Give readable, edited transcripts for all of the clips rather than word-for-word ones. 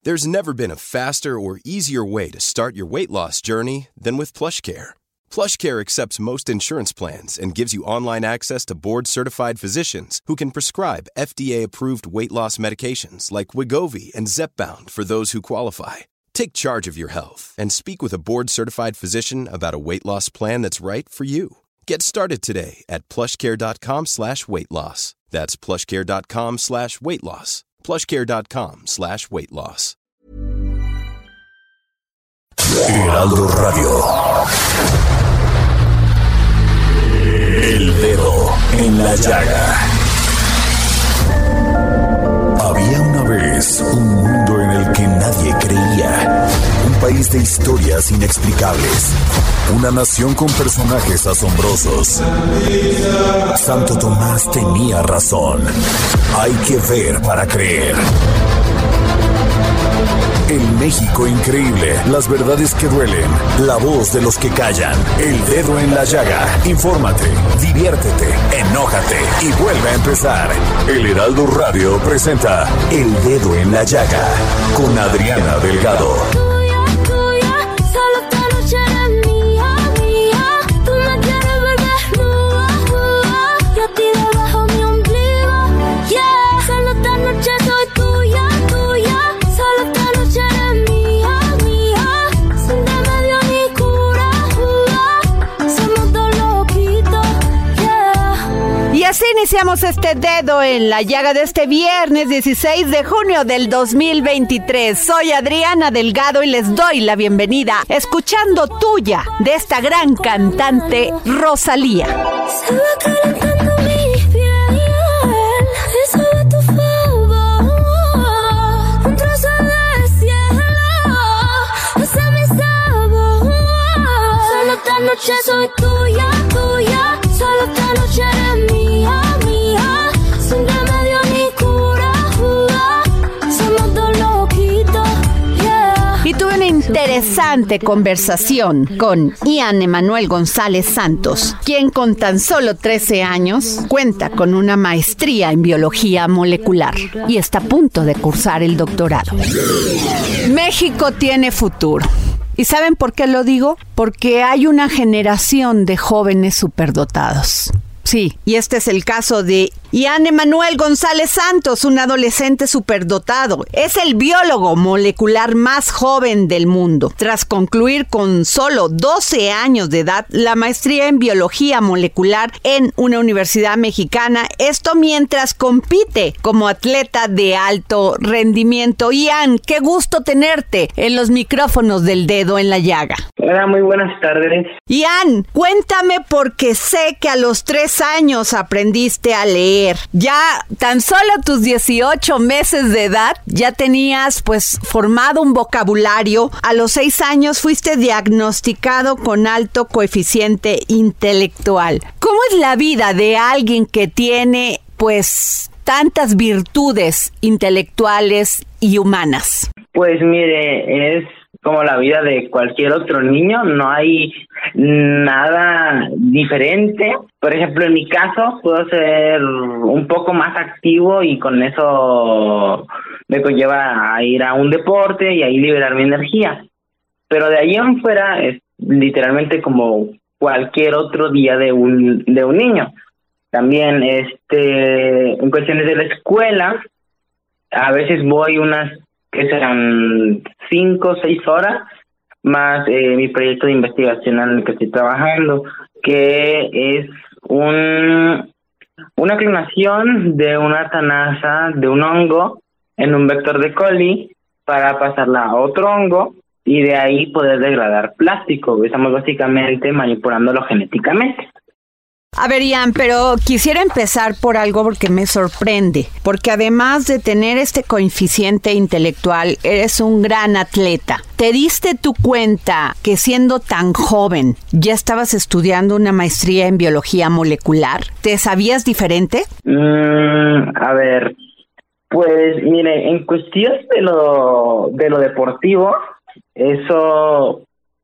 There's never been a faster or easier way to start your weight loss journey than with PlushCare. PlushCare accepts most insurance plans and gives you online access to board-certified physicians who can prescribe FDA-approved weight loss medications like Wegovy and Zepbound for those who qualify. Take charge of your health and speak with a board-certified physician about a weight loss plan that's right for you. Get started today at plushcare.com/weight loss. That's plushcare.com/weight loss. plushcare.com/weight loss. Heraldo Radio. El dedo en la llaga. Había una vez un mundo en el que nadie creía. Un país de historias inexplicables. Una nación con personajes asombrosos. Santo Tomás tenía razón. Hay que ver para creer. El México increíble, las verdades que duelen, la voz de los que callan, el dedo en la llaga. Infórmate, diviértete, enójate y vuelve a empezar. El Heraldo Radio presenta El Dedo en la Llaga con Adriana Delgado. Así iniciamos este dedo en la llaga de este viernes 16 de junio del 2023. Soy Adriana Delgado y les doy la bienvenida escuchando Tuya de esta gran cantante Rosalía. Se va calentando mi piel, eso a tu favor, un trozo de cielo, ese es mi sabor. Solo esta noche soy tuya, tuya, solo esta noche eres mía. Y tuve una interesante conversación con Ian Emanuel González Santos, quien con tan solo 13 años cuenta con una maestría en biología molecular y está a punto de cursar el doctorado. México tiene futuro. ¿Y saben por qué lo digo? Porque hay una generación de jóvenes superdotados. Sí, y este es el caso de Ian Emanuel González Santos, un adolescente superdotado. Es el biólogo molecular más joven del mundo. Tras concluir con solo 12 años de edad la maestría en biología molecular en una universidad mexicana, esto mientras compite como atleta de alto rendimiento. Ian, qué gusto tenerte en los micrófonos del Dedo en la Llaga. Hola, muy buenas tardes. Ian, cuéntame, porque sé que a los 3 años aprendiste a leer. Ya tan solo a tus 18 meses de edad ya tenías pues formado un vocabulario. A los 6 años fuiste diagnosticado con alto coeficiente intelectual. ¿Cómo es la vida de alguien que tiene pues tantas virtudes intelectuales y humanas? Pues mire, es como la vida de cualquier otro niño, no hay nada diferente. Por ejemplo, en mi caso, puedo ser un poco más activo y con eso me conlleva a ir a un deporte y ahí liberar mi energía. Pero de ahí en fuera es literalmente como cualquier otro día de un niño. También en cuestiones de la escuela, a veces voy unas que serán 5 o 6 horas, más mi proyecto de investigación en el que estoy trabajando, que es una clonación de una tanasa de un hongo en un vector de coli para pasarla a otro hongo y de ahí poder degradar plástico. Estamos básicamente manipulándolo genéticamente. A ver, Ian, pero quisiera empezar por algo porque me sorprende, porque además de tener este coeficiente intelectual, eres un gran atleta. ¿Te diste tu cuenta que siendo tan joven ya estabas estudiando una maestría en biología molecular? ¿Te sabías diferente? A ver, pues mire, en cuestión de lo deportivo, eso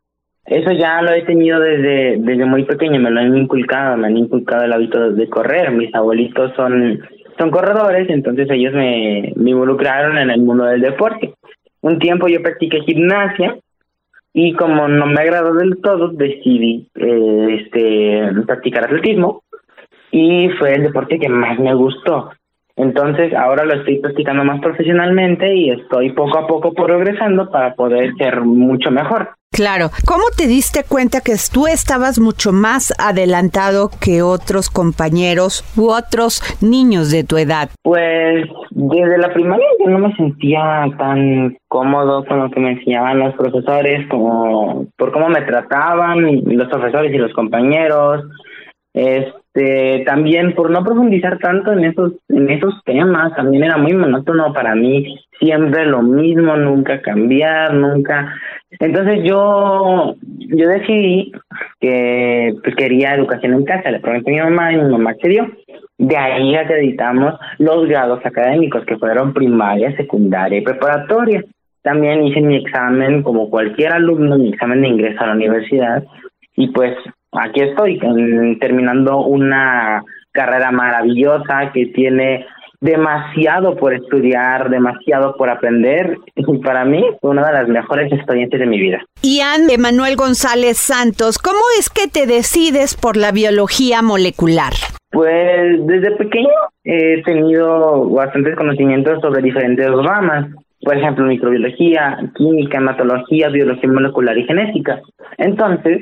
ya lo he tenido desde muy pequeño, me han inculcado el hábito de correr. Mis abuelitos son corredores, entonces ellos me involucraron en el mundo del deporte. un tiempo yo practiqué gimnasia y como no me agradó del todo, decidí practicar atletismo y fue el deporte que más me gustó. Entonces ahora lo estoy practicando más profesionalmente y estoy poco a poco progresando para poder ser mucho mejor. Claro. ¿Cómo te diste cuenta que tú estabas mucho más adelantado que otros compañeros u otros niños de tu edad? Pues desde la primaria yo no me sentía tan cómodo con lo que me enseñaban los profesores, como por cómo me trataban los profesores y los compañeros. También por no profundizar tanto en esos temas, también era muy monótono para mí, siempre lo mismo, nunca cambiar, nunca. Entonces yo decidí que pues, quería educación en casa, le pregunté a mi mamá y mi mamá accedió. De ahí acreditamos los grados académicos que fueron primaria, secundaria y preparatoria. También hice mi examen como cualquier alumno, mi examen de ingreso a la universidad y pues aquí estoy terminando una carrera maravillosa que tiene demasiado por estudiar, demasiado por aprender y para mí fue una de las mejores experiencias de mi vida. Ian Emanuel González Santos, ¿cómo es que te decides por la biología molecular? Pues desde pequeño he tenido bastantes conocimientos sobre diferentes ramas, por ejemplo microbiología, química, hematología, biología molecular y genética. Entonces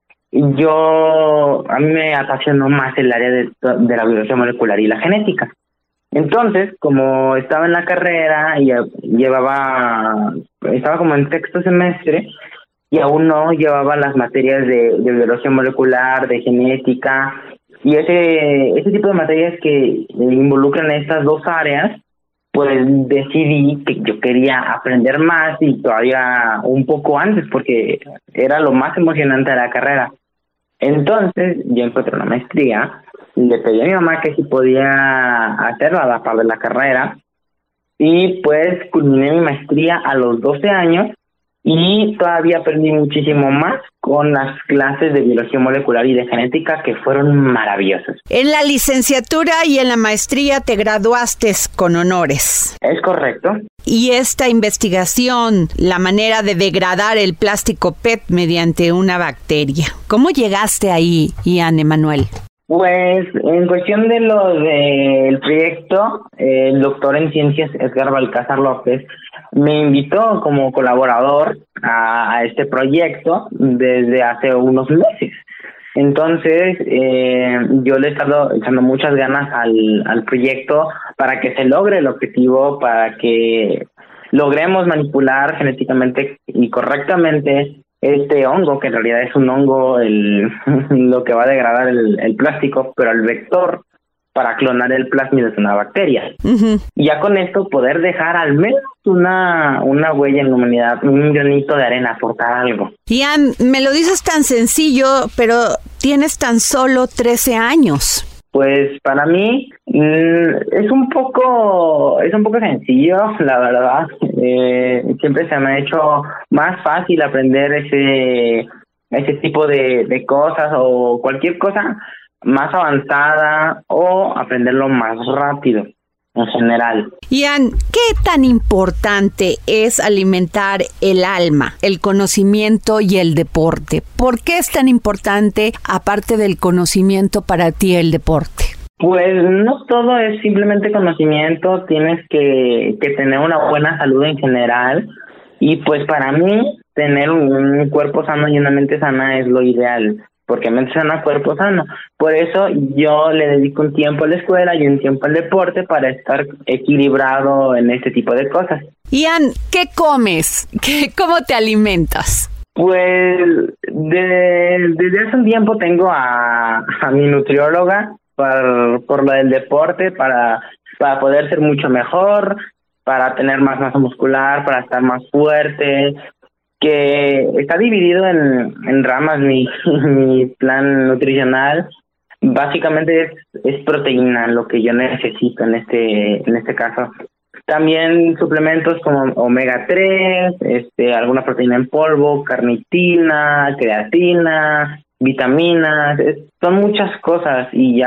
a mí me apasionó más el área de la biología molecular y la genética. Entonces, como estaba en la carrera y estaba como en sexto semestre y aún no llevaba las materias de biología molecular, de genética y ese tipo de materias que involucran estas dos áreas, pues decidí que yo quería aprender más y todavía un poco antes porque era lo más emocionante de la carrera. Entonces yo encontré una maestría, le pedí a mi mamá que si podía hacerla a la par de la carrera y pues culminé mi maestría a los 12 años y todavía aprendí muchísimo más con las clases de biología molecular y de genética que fueron maravillosas. En la licenciatura y en la maestría te graduaste con honores. Es correcto. Y esta investigación, la manera de degradar el plástico PET mediante una bacteria. ¿Cómo llegaste ahí, Ian Emanuel? Pues en cuestión de lo del proyecto, el doctor en ciencias Edgar Balcázar López me invitó como colaborador a este proyecto desde hace unos meses. Entonces, yo le he estado echando muchas ganas al proyecto para que se logre el objetivo, para que logremos manipular genéticamente y correctamente este hongo, que en realidad es un hongo, lo que va a degradar el plástico, pero el vector para clonar el plásmido es una bacteria. Uh-huh. Y ya con esto poder dejar al menos una huella en la humanidad, un granito de arena, aportar algo. Ian, me lo dices tan sencillo, pero tienes tan solo 13 años. Pues para mí es un poco sencillo, la verdad. Siempre se me ha hecho más fácil aprender ese tipo de cosas o cualquier cosa más avanzada o aprenderlo más rápido en general. Ian, ¿qué tan importante es alimentar el alma, el conocimiento y el deporte? ¿Por qué es tan importante, aparte del conocimiento, para ti el deporte? Pues no todo es simplemente conocimiento, tienes que tener una buena salud en general y pues para mí tener un cuerpo sano y una mente sana es lo ideal. Porque mente sana, cuerpo sano. Por eso yo le dedico un tiempo a la escuela y un tiempo al deporte para estar equilibrado en este tipo de cosas. Ian, ¿qué comes? ¿Cómo te alimentas? Pues desde hace un tiempo tengo a mi nutrióloga por lo del deporte, para poder ser mucho mejor, para tener más masa muscular, para estar más fuerte, que está dividido en ramas mi plan nutricional. Básicamente es proteína lo que yo necesito en este caso. También suplementos como omega 3, alguna proteína en polvo, carnitina, creatina, vitaminas, son muchas cosas y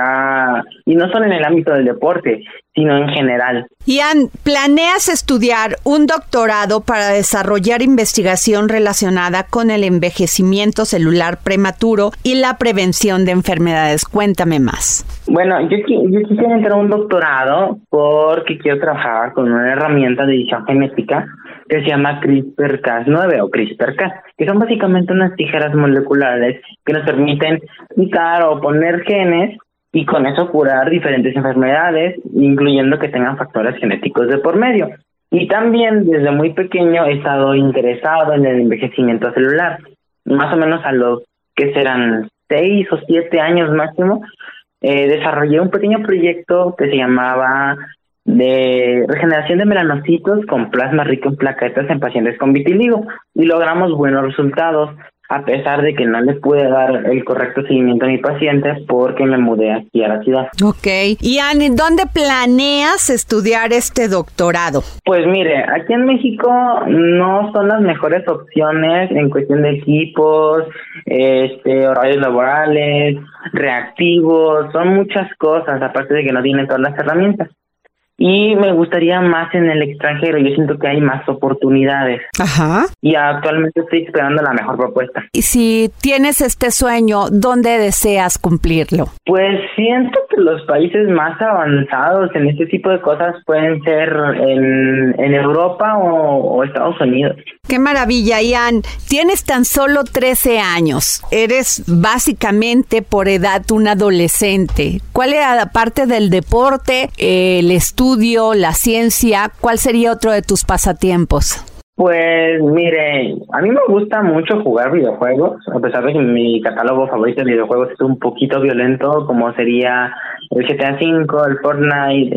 no solo en el ámbito del deporte, sino en general. Ian, ¿planeas estudiar un doctorado para desarrollar investigación relacionada con el envejecimiento celular prematuro y la prevención de enfermedades? Cuéntame más. Bueno, yo quisiera entrar a un doctorado porque quiero trabajar con una herramienta de edición genética que se llama CRISPR-Cas9 o CRISPR-Cas, que son básicamente unas tijeras moleculares que nos permiten quitar o poner genes y con eso curar diferentes enfermedades, incluyendo que tengan factores genéticos de por medio. Y también desde muy pequeño he estado interesado en el envejecimiento celular. Más o menos a los que serán 6 o 7 años máximo, desarrollé un pequeño proyecto que se llamaba de regeneración de melanocitos con plasma rico en plaquetas en pacientes con vitiligo y logramos buenos resultados, a pesar de que no le pude dar el correcto seguimiento a mi paciente porque me mudé aquí a la ciudad. Ok. Ian, ¿en dónde planeas estudiar este doctorado? Pues mire, aquí en México no son las mejores opciones en cuestión de equipos, horarios laborales, reactivos, son muchas cosas, aparte de que no tienen todas las herramientas. Y me gustaría más en el extranjero, yo siento que hay más oportunidades. Ajá. Y actualmente estoy esperando la mejor propuesta. Y si tienes este sueño, ¿dónde deseas cumplirlo? Pues siento que los países más avanzados en este tipo de cosas pueden ser en Europa o Estados Unidos. ¡Qué maravilla, Ian! Tienes tan solo 13 años. Eres básicamente por edad un adolescente. ¿Cuál era, aparte del deporte, el estudio, la ciencia, cuál sería otro de tus pasatiempos? Pues mire, a mí me gusta mucho jugar videojuegos, a pesar de que mi catálogo favorito de videojuegos es un poquito violento, como sería el GTA V, el Fortnite,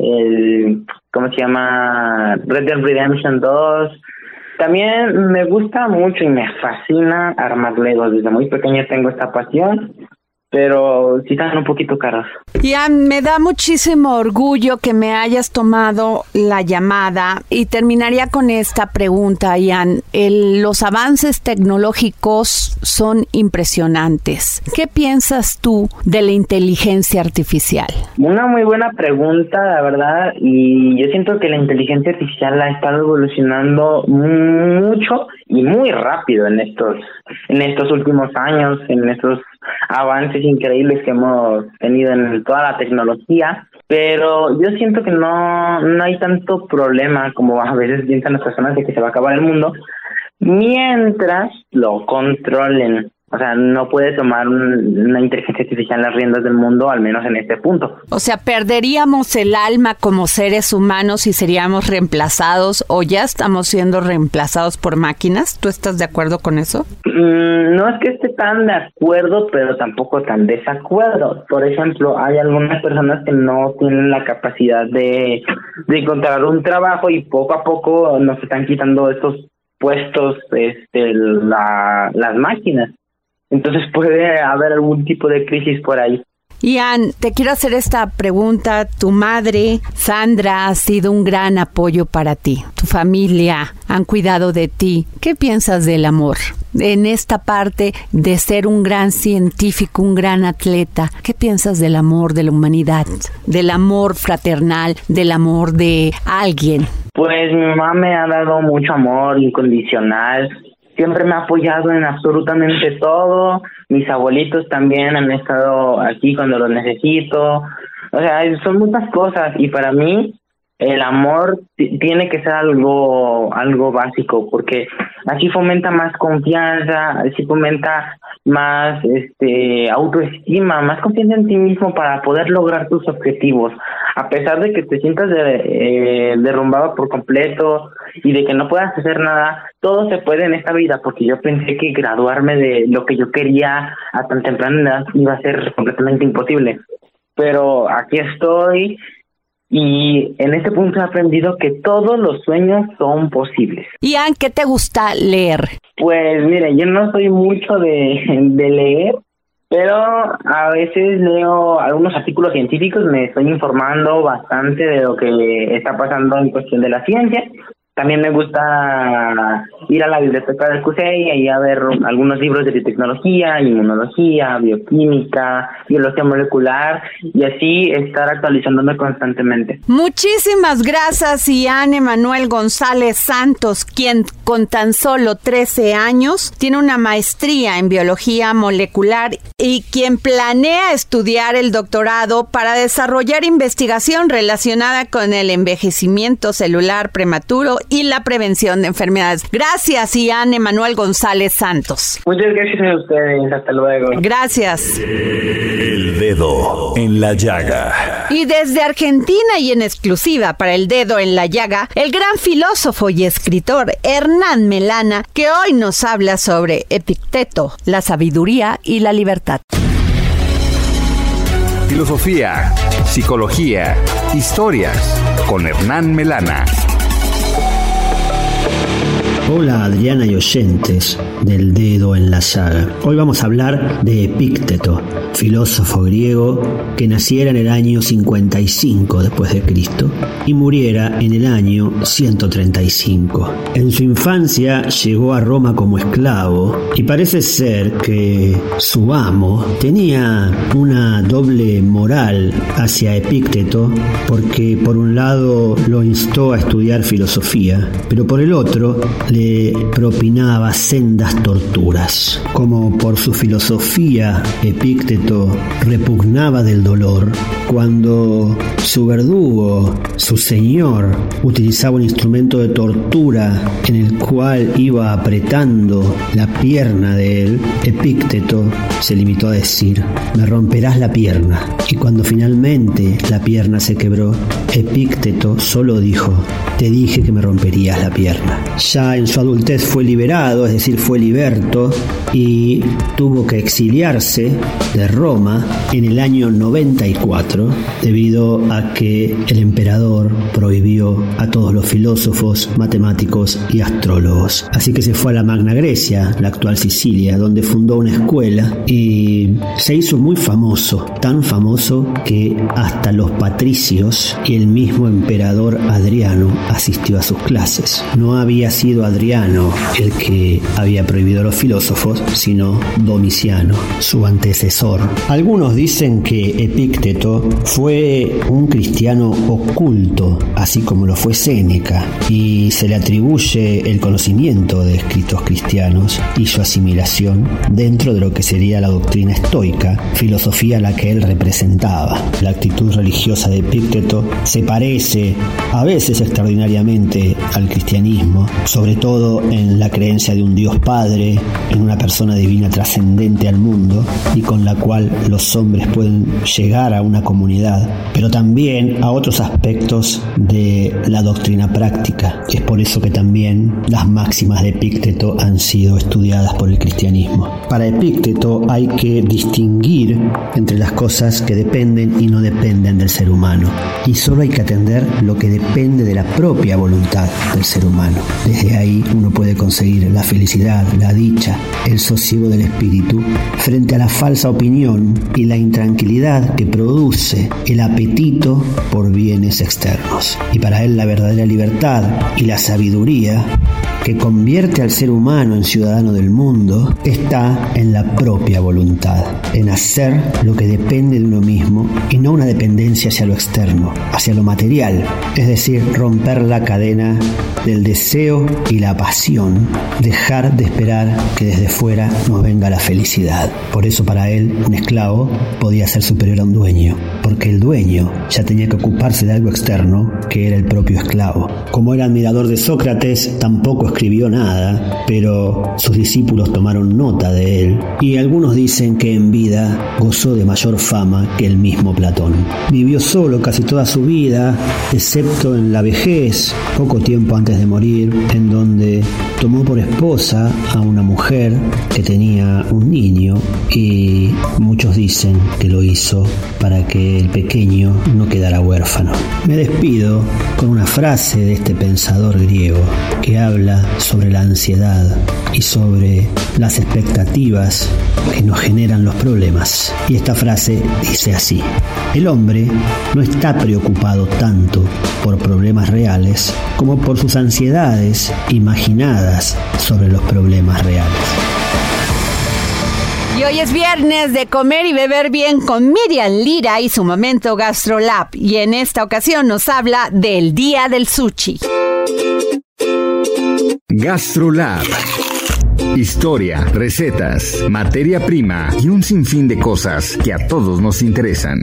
Red Dead Redemption 2. También me gusta mucho y me fascina armar Legos. Desde muy pequeña tengo esta pasión, pero sí están un poquito caros. Ian, me da muchísimo orgullo que me hayas tomado la llamada y terminaría con esta pregunta, Ian. Los avances tecnológicos son impresionantes. ¿Qué piensas tú de la inteligencia artificial? Una muy buena pregunta, la verdad, y yo siento que la inteligencia artificial ha estado evolucionando mucho y muy rápido en estos últimos años, en estos avances increíbles que hemos tenido en toda la tecnología, pero yo siento que no hay tanto problema como a veces piensan las personas de que se va a acabar el mundo mientras lo controlen. O sea, no puede tomar una inteligencia artificial las riendas del mundo, al menos en este punto. O sea, ¿perderíamos el alma como seres humanos y seríamos reemplazados o ya estamos siendo reemplazados por máquinas? ¿Tú estás de acuerdo con eso? No es que esté tan de acuerdo, pero tampoco tan desacuerdo. Por ejemplo, hay algunas personas que no tienen la capacidad de encontrar un trabajo y poco a poco nos están quitando estos puestos las máquinas. Entonces puede haber algún tipo de crisis por ahí. Ian, te quiero hacer esta pregunta. Tu madre, Sandra, ha sido un gran apoyo para ti. Tu familia han cuidado de ti. ¿Qué piensas del amor? En esta parte de ser un gran científico, un gran atleta, ¿qué piensas del amor de la humanidad? Del amor fraternal, del amor de alguien. Pues mi mamá me ha dado mucho amor incondicional. Siempre me ha apoyado en absolutamente todo. Mis abuelitos también han estado aquí cuando los necesito. O sea, son muchas cosas y para mí el amor tiene que ser algo básico, porque así fomenta más confianza, así fomenta más autoestima, más confianza en ti mismo para poder lograr tus objetivos. A pesar de que te sientas derrumbado por completo y de que no puedas hacer nada, todo se puede en esta vida, porque yo pensé que graduarme de lo que yo quería a tan temprana edad iba a ser completamente imposible. Pero aquí estoy y en este punto he aprendido que todos los sueños son posibles. Ian, ¿qué te gusta leer? Pues mire, yo no soy mucho de leer, pero a veces leo algunos artículos científicos, me estoy informando bastante de lo que está pasando en cuestión de la ciencia También me gusta ir a la biblioteca del CUSEI y ahí a ver algunos libros de biotecnología, inmunología, bioquímica, biología molecular y así estar actualizándome constantemente. Muchísimas gracias, Ian Emanuel González Santos, quien con tan solo 13 años tiene una maestría en biología molecular y quien planea estudiar el doctorado para desarrollar investigación relacionada con el envejecimiento celular prematuro y la prevención de enfermedades. Gracias, Ian Emanuel González Santos. Muchas gracias a ustedes. Hasta luego. Gracias. El dedo en la llaga. Y desde Argentina y en exclusiva para El Dedo en la Llaga, el gran filósofo y escritor Hernán Melana, que hoy nos habla sobre Epicteto, la sabiduría y la libertad. Filosofía, psicología, historias, con Hernán Melana. Hola Adriana y oyentes del Dedo en la Llaga. Hoy vamos a hablar de Epicteto, filósofo griego que naciera en el año 55 después de Cristo y muriera en el año 135. En su infancia llegó a Roma como esclavo y parece ser que su amo tenía una doble moral hacia Epicteto porque por un lado lo instó a estudiar filosofía, pero por el otro le propinaba sendas torturas. Como por su filosofía Epicteto repugnaba del dolor, cuando su verdugo, su señor, utilizaba un instrumento de tortura en el cual iba apretando la pierna de él, Epicteto se limitó a decir: me romperás la pierna. Y cuando finalmente la pierna se quebró, Epicteto solo dijo: te dije que me romperías la pierna. Ya en su adultez fue liberado, es decir, fue liberto, y tuvo que exiliarse de Roma en el año 94 debido a que el emperador prohibió a todos los filósofos, matemáticos y astrólogos. Así que se fue a la Magna Grecia, la actual Sicilia, donde fundó una escuela y se hizo muy famoso, tan famoso que hasta los patricios y el mismo emperador Adriano asistió a sus clases. No había sido Adriano el que había prohibido a los filósofos, sino Domiciano, su antecesor. Algunos dicen que Epicteto fue un cristiano oculto, así como lo fue Séneca, y se le atribuye el conocimiento de escritos cristianos y su asimilación dentro de lo que sería la doctrina estoica, filosofía a la que él representaba. La actitud religiosa de Epicteto se parece, a veces extraordinariamente, al cristianismo, sobre todo en la creencia de un Dios Padre, en una persona divina trascendente al mundo y con la cual los hombres pueden llegar a una comunidad, pero también a otros aspectos de la doctrina práctica. Es por eso que también las máximas de Epicteto han sido estudiadas por el cristianismo. Para Epicteto hay que distinguir entre las cosas que dependen y no dependen del ser humano, y solo hay que atender lo que depende de la propia voluntad del ser humano. Desde ahí uno puede conseguir la felicidad, la dicha, el sosiego del espíritu frente a la falsa opinión y la intranquilidad que produce el apetito por bienes externos. Y para él la verdadera libertad y la sabiduría que convierte al ser humano en ciudadano del mundo está en la propia voluntad, en hacer lo que depende de uno mismo y no una dependencia hacia lo externo, hacia lo material, es decir, romper la cadena del deseo y la pasión, dejar de esperar que desde fuera nos venga la felicidad. Por eso para él un esclavo podía ser superior a un dueño, porque el dueño ya tenía que ocuparse de algo externo que era el propio esclavo. Como era admirador de Sócrates, tampoco escribió nada, pero sus discípulos tomaron nota de él y algunos dicen que en vida gozó de mayor fama que el mismo Platón. Vivió solo casi toda su vida, excepto en la vejez, poco tiempo antes de morir, en donde tomó por esposa esposa a una mujer que tenía un niño y muchos dicen que lo hizo para que el pequeño no quedara huérfano. Me despido con una frase de este pensador griego que habla sobre la ansiedad y sobre las expectativas que nos generan los problemas. Y esta frase dice así: el hombre no está preocupado tanto por problemas reales como por sus ansiedades imaginadas sobre los problemas reales. Y hoy es viernes de comer y beber bien con Miriam Lira y su Momento GastroLab. Y en esta ocasión nos habla del Día del Sushi. GastroLab. Historia, recetas, materia prima y un sinfín de cosas que a todos nos interesan.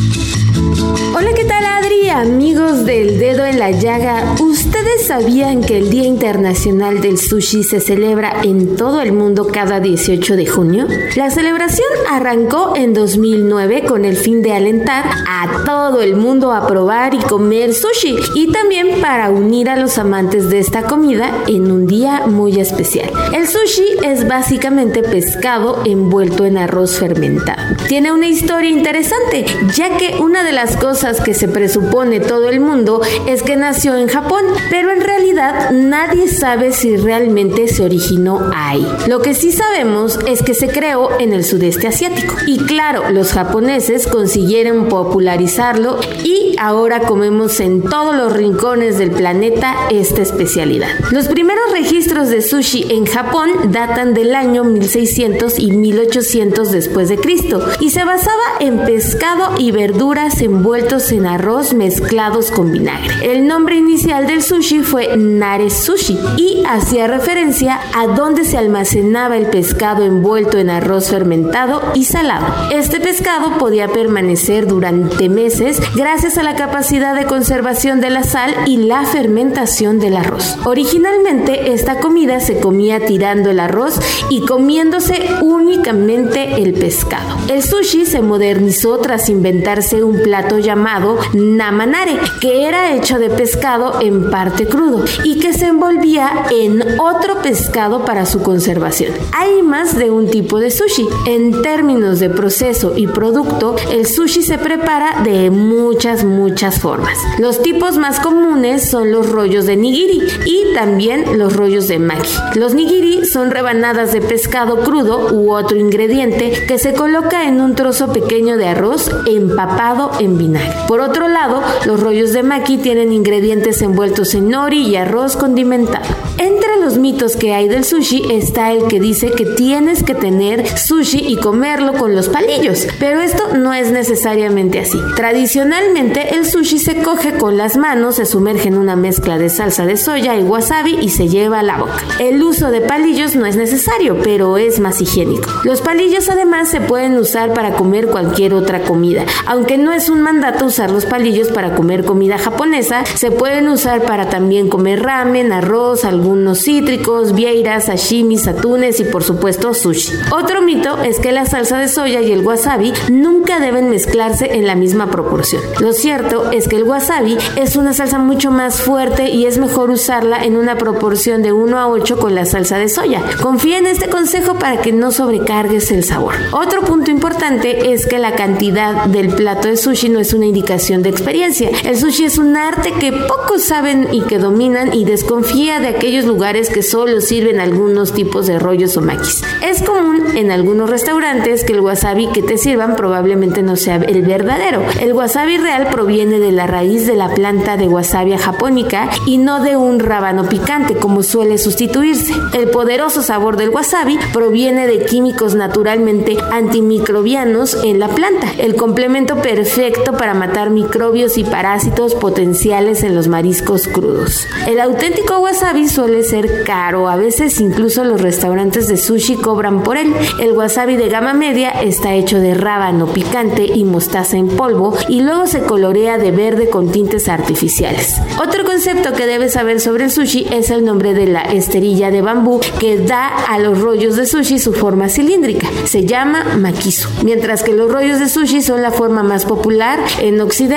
Hola, ¿qué tal, Adri? Amigos del Dedo en la Llaga, ¿ustedes sabían que el Día Internacional del Sushi se celebra en todo el mundo cada 18 de junio? La celebración arrancó en 2009 con el fin de alentar a todo el mundo a probar y comer sushi, y también para unir a los amantes de esta comida en un día muy especial. El sushi es básicamente pescado envuelto en arroz fermentado. Tiene una historia interesante, ya que una de las cosas que se presupone todo el mundo es que nació en Japón, pero en realidad nadie sabe si realmente se originó ahí. Lo que sí sabemos es que se creó en el sudeste asiático. Y claro, los japoneses consiguieron popularizarlo y ahora comemos en todos los rincones del planeta esta especialidad. Los primeros registros de sushi en Japón datan del año 1600 y 1800 después de Cristo y se basaba en pescado y verduras envueltos en arroz mezclados con vinagre. El nombre inicial del sushi fue Nare Sushi y hacía referencia a donde se almacenaba el pescado envuelto en arroz fermentado y salado. Este pescado podía permanecer durante meses gracias a la capacidad de conservación de la sal y la fermentación del arroz. Originalmente esta comida se comía tirando el arroz y comiéndose únicamente el pescado. El sushi se modernizó tras inventarse un plato llamado namanare, que era hecho de pescado en parte crudo y que se envolvía en otro pescado para su conservación. Hay más de un tipo de sushi. En términos de proceso y producto, el sushi se prepara de muchas formas. Los tipos más comunes son los rollos de nigiri y también los rollos de maki. Los nigiri son rebanadas de pescado crudo u otro ingrediente que se coloca en un trozo pequeño de arroz empapado en vinagre. Por otro lado, los rollos de maki tienen ingredientes envueltos en nori y arroz condimentado. Entre los mitos que hay del sushi está el que dice que tienes que tener sushi y comerlo con los palillos, pero esto no es necesariamente así. Tradicionalmente, el sushi se coge con las manos, se sumerge en una mezcla de salsa de soya y wasabi y se lleva a la boca. El uso de palillos no es necesario, pero es más higiénico. Los palillos además se pueden usar para comer cualquier otra comida. Aunque no es un mandato usar los palillos para comer comida japonesa, se pueden usar para también comer ramen, arroz, algunos cítricos, vieiras, sashimis, atunes y por supuesto sushi. Otro mito es que la salsa de soya y el wasabi nunca deben mezclarse en la misma proporción. Lo cierto es que el wasabi es una salsa mucho más fuerte y es mejor usarla en una proporción de 1:8 con la salsa de soya. Confía en este consejo para que no sobrecargues el sabor. Otro punto importante es que la cantidad del plato de sushi no es una indicación de experiencia. El sushi es un arte que pocos saben y que dominan, y desconfía de aquellos lugares que solo sirven algunos tipos de rollos o makis. Es común en algunos restaurantes que el wasabi que te sirvan probablemente no sea el verdadero. El wasabi real proviene de la raíz de la planta de Wasabia japonica y no de un rábano picante como suele sustituirse. El poderoso sabor del wasabi proviene de químicos naturalmente antimicrobianos en la planta, el complemento perfecto para matar microbios y parásitos potenciales en los mariscos crudos. El auténtico wasabi suele ser caro, a veces incluso los restaurantes de sushi cobran por él. El wasabi de gama media está hecho de rábano picante y mostaza en polvo y luego se colorea de verde con tintes artificiales. Otro concepto que debes saber sobre el sushi es el nombre de la esterilla de bambú que da a los rollos de sushi su forma cilíndrica. Se llama makisu. Mientras que los rollos de sushi son la forma más popular en Occidente,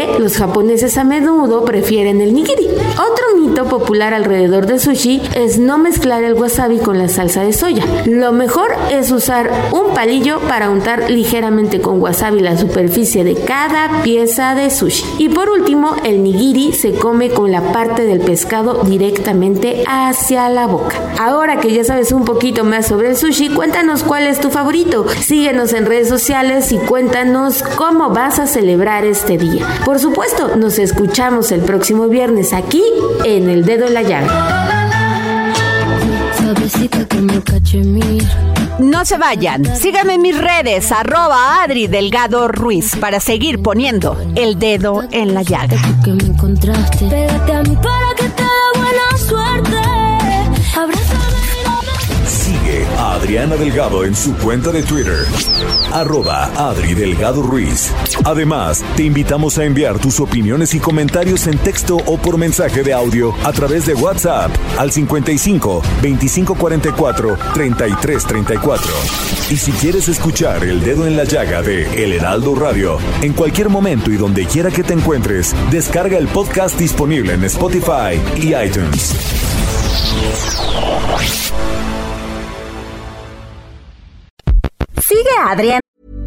aunque los japoneses a menudo prefieren el nigiri. Otro mito popular alrededor del sushi es no mezclar el wasabi con la salsa de soya. Lo mejor es usar un palillo para untar ligeramente con wasabi la superficie de cada pieza de sushi. Y por último, el nigiri se come con la parte del pescado directamente hacia la boca. Ahora que ya sabes un poquito más sobre el sushi, cuéntanos cuál es tu favorito. Síguenos en redes sociales y cuéntanos cómo vas a celebrar este día. Por supuesto, nos escuchamos el próximo viernes aquí en El Dedo en la Llaga. No se vayan, síganme en mis redes, @Adri Delgado Ruiz, para seguir poniendo el dedo en la llaga. Pégate a mí para que te dé buena suerte. Sigue a Adriana Delgado en su cuenta de Twitter, @Adri Delgado Ruiz. Además, te invitamos a enviar tus opiniones y comentarios en texto o por mensaje de audio a través de WhatsApp al 55 2544 3334. Y si quieres escuchar El Dedo en la Llaga de El Heraldo Radio, en cualquier momento y donde quiera que te encuentres, descarga el podcast disponible en Spotify y iTunes. Sigue a Adrián.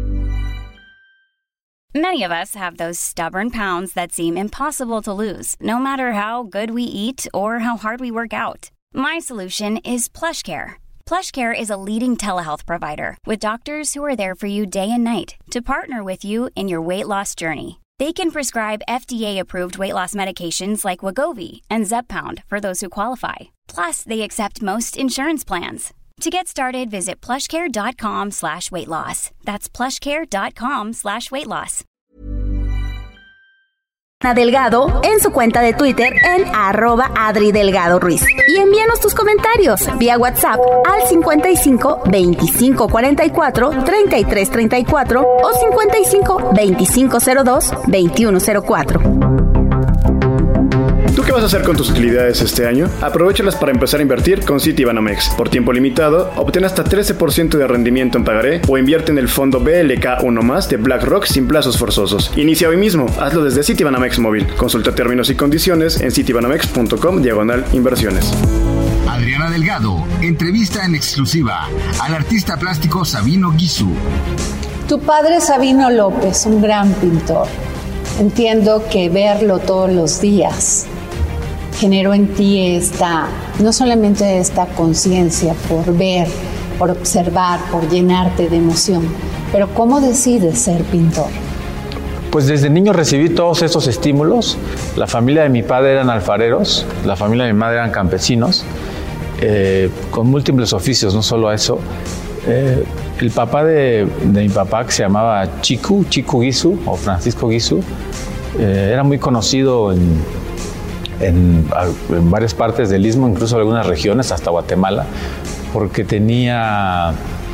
Many of us have those stubborn pounds that seem impossible to lose, no matter how good we eat or how hard we work out. My solution is PlushCare. PlushCare is a leading telehealth provider with doctors who are there for you day and night to partner with you in your weight loss journey. They can prescribe FDA-approved weight loss medications like Wegovy and Zepbound for those who qualify. Plus, they accept most insurance plans. To get started, visit plushcare.com/weightloss. That's plushcare.com/weightloss. Delgado en su cuenta de Twitter en @Adri Delgado Ruiz. Y envíanos tus comentarios vía WhatsApp al 55 25 44 33 34 o 55 25 02 21 04. ¿Tú qué vas a hacer con tus utilidades este año? Aprovéchalas para empezar a invertir con Citibanamex. Por tiempo limitado, obtén hasta 13% de rendimiento en pagaré o invierte en el fondo BLK1+ de BlackRock sin plazos forzosos. Inicia hoy mismo, hazlo desde Citibanamex Móvil. Consulta términos y condiciones en citibanamex.com/inversiones. Adriana Delgado entrevista en exclusiva al artista plástico Sabino Guisu. Tu padre Sabino López, un gran pintor. Entiendo que verlo todos los días generó en ti no solamente esta conciencia por ver, por observar, por llenarte de emoción, pero ¿cómo decides ser pintor? Pues desde niño recibí todos estos estímulos. La familia de mi padre eran alfareros, la familia de mi madre eran campesinos, con múltiples oficios, no solo eso. El papá de mi papá, que se llamaba Chico Guisu o Francisco Guisu, era muy conocido en varias partes del Istmo, incluso en algunas regiones, hasta Guatemala, porque tenía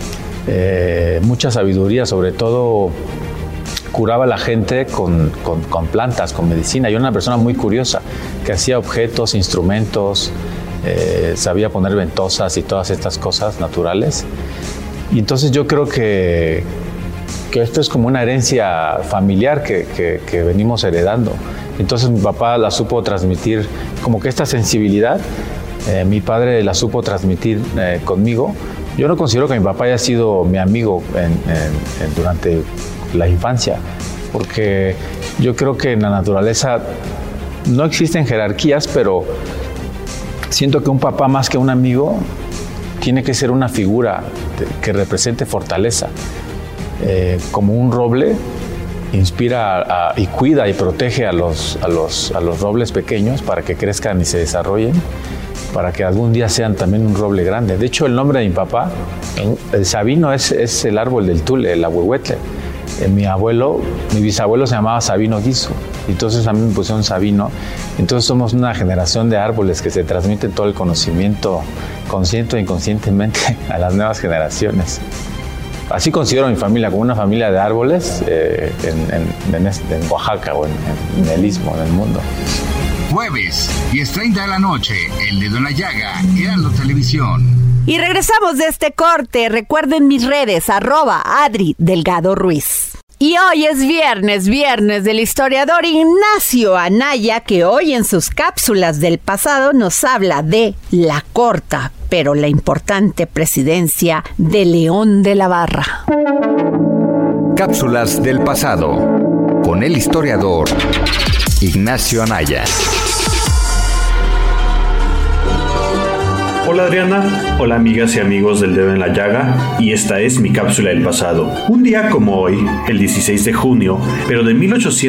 mucha sabiduría, sobre todo curaba a la gente con plantas, con medicina. Y era una persona muy curiosa, que hacía objetos, instrumentos, sabía poner ventosas y todas estas cosas naturales. Y entonces yo creo que esto es como una herencia familiar que venimos heredando. Entonces mi papá la supo transmitir, como que esta sensibilidad, mi padre la supo transmitir conmigo. Yo no considero que mi papá haya sido mi amigo durante la infancia, porque yo creo que en la naturaleza no existen jerarquías, pero siento que un papá más que un amigo tiene que ser una figura que represente fortaleza. Como un roble inspira y cuida y protege a los robles pequeños para que crezcan y se desarrollen, para que algún día sean también un roble grande. De hecho, el nombre de mi papá, el Sabino, es el árbol del tule, el ahuehuetle. Mi bisabuelo se llamaba Sabino Guisu, entonces a mí me pusieron Sabino. Entonces somos una generación de árboles que se transmiten todo el conocimiento, consciente o inconscientemente, a las nuevas generaciones. Así considero a mi familia, como una familia de árboles en Oaxaca o en el Istmo, en el mundo. Jueves, 10:30 de la noche, El Dedo en la Llaga, Heraldo Televisión. Y regresamos de este corte. Recuerden mis redes, @Adri Delgado Ruiz. Y hoy es viernes del historiador Ignacio Anaya, que hoy en sus cápsulas del pasado nos habla de la corta, pero la importante presidencia de León de la Barra. Cápsulas del pasado con el historiador Ignacio Anaya. Hola Adriana, hola amigas y amigos del Dedo en la Llaga, y esta es mi cápsula del pasado. Un día como hoy, el 16 de junio, pero de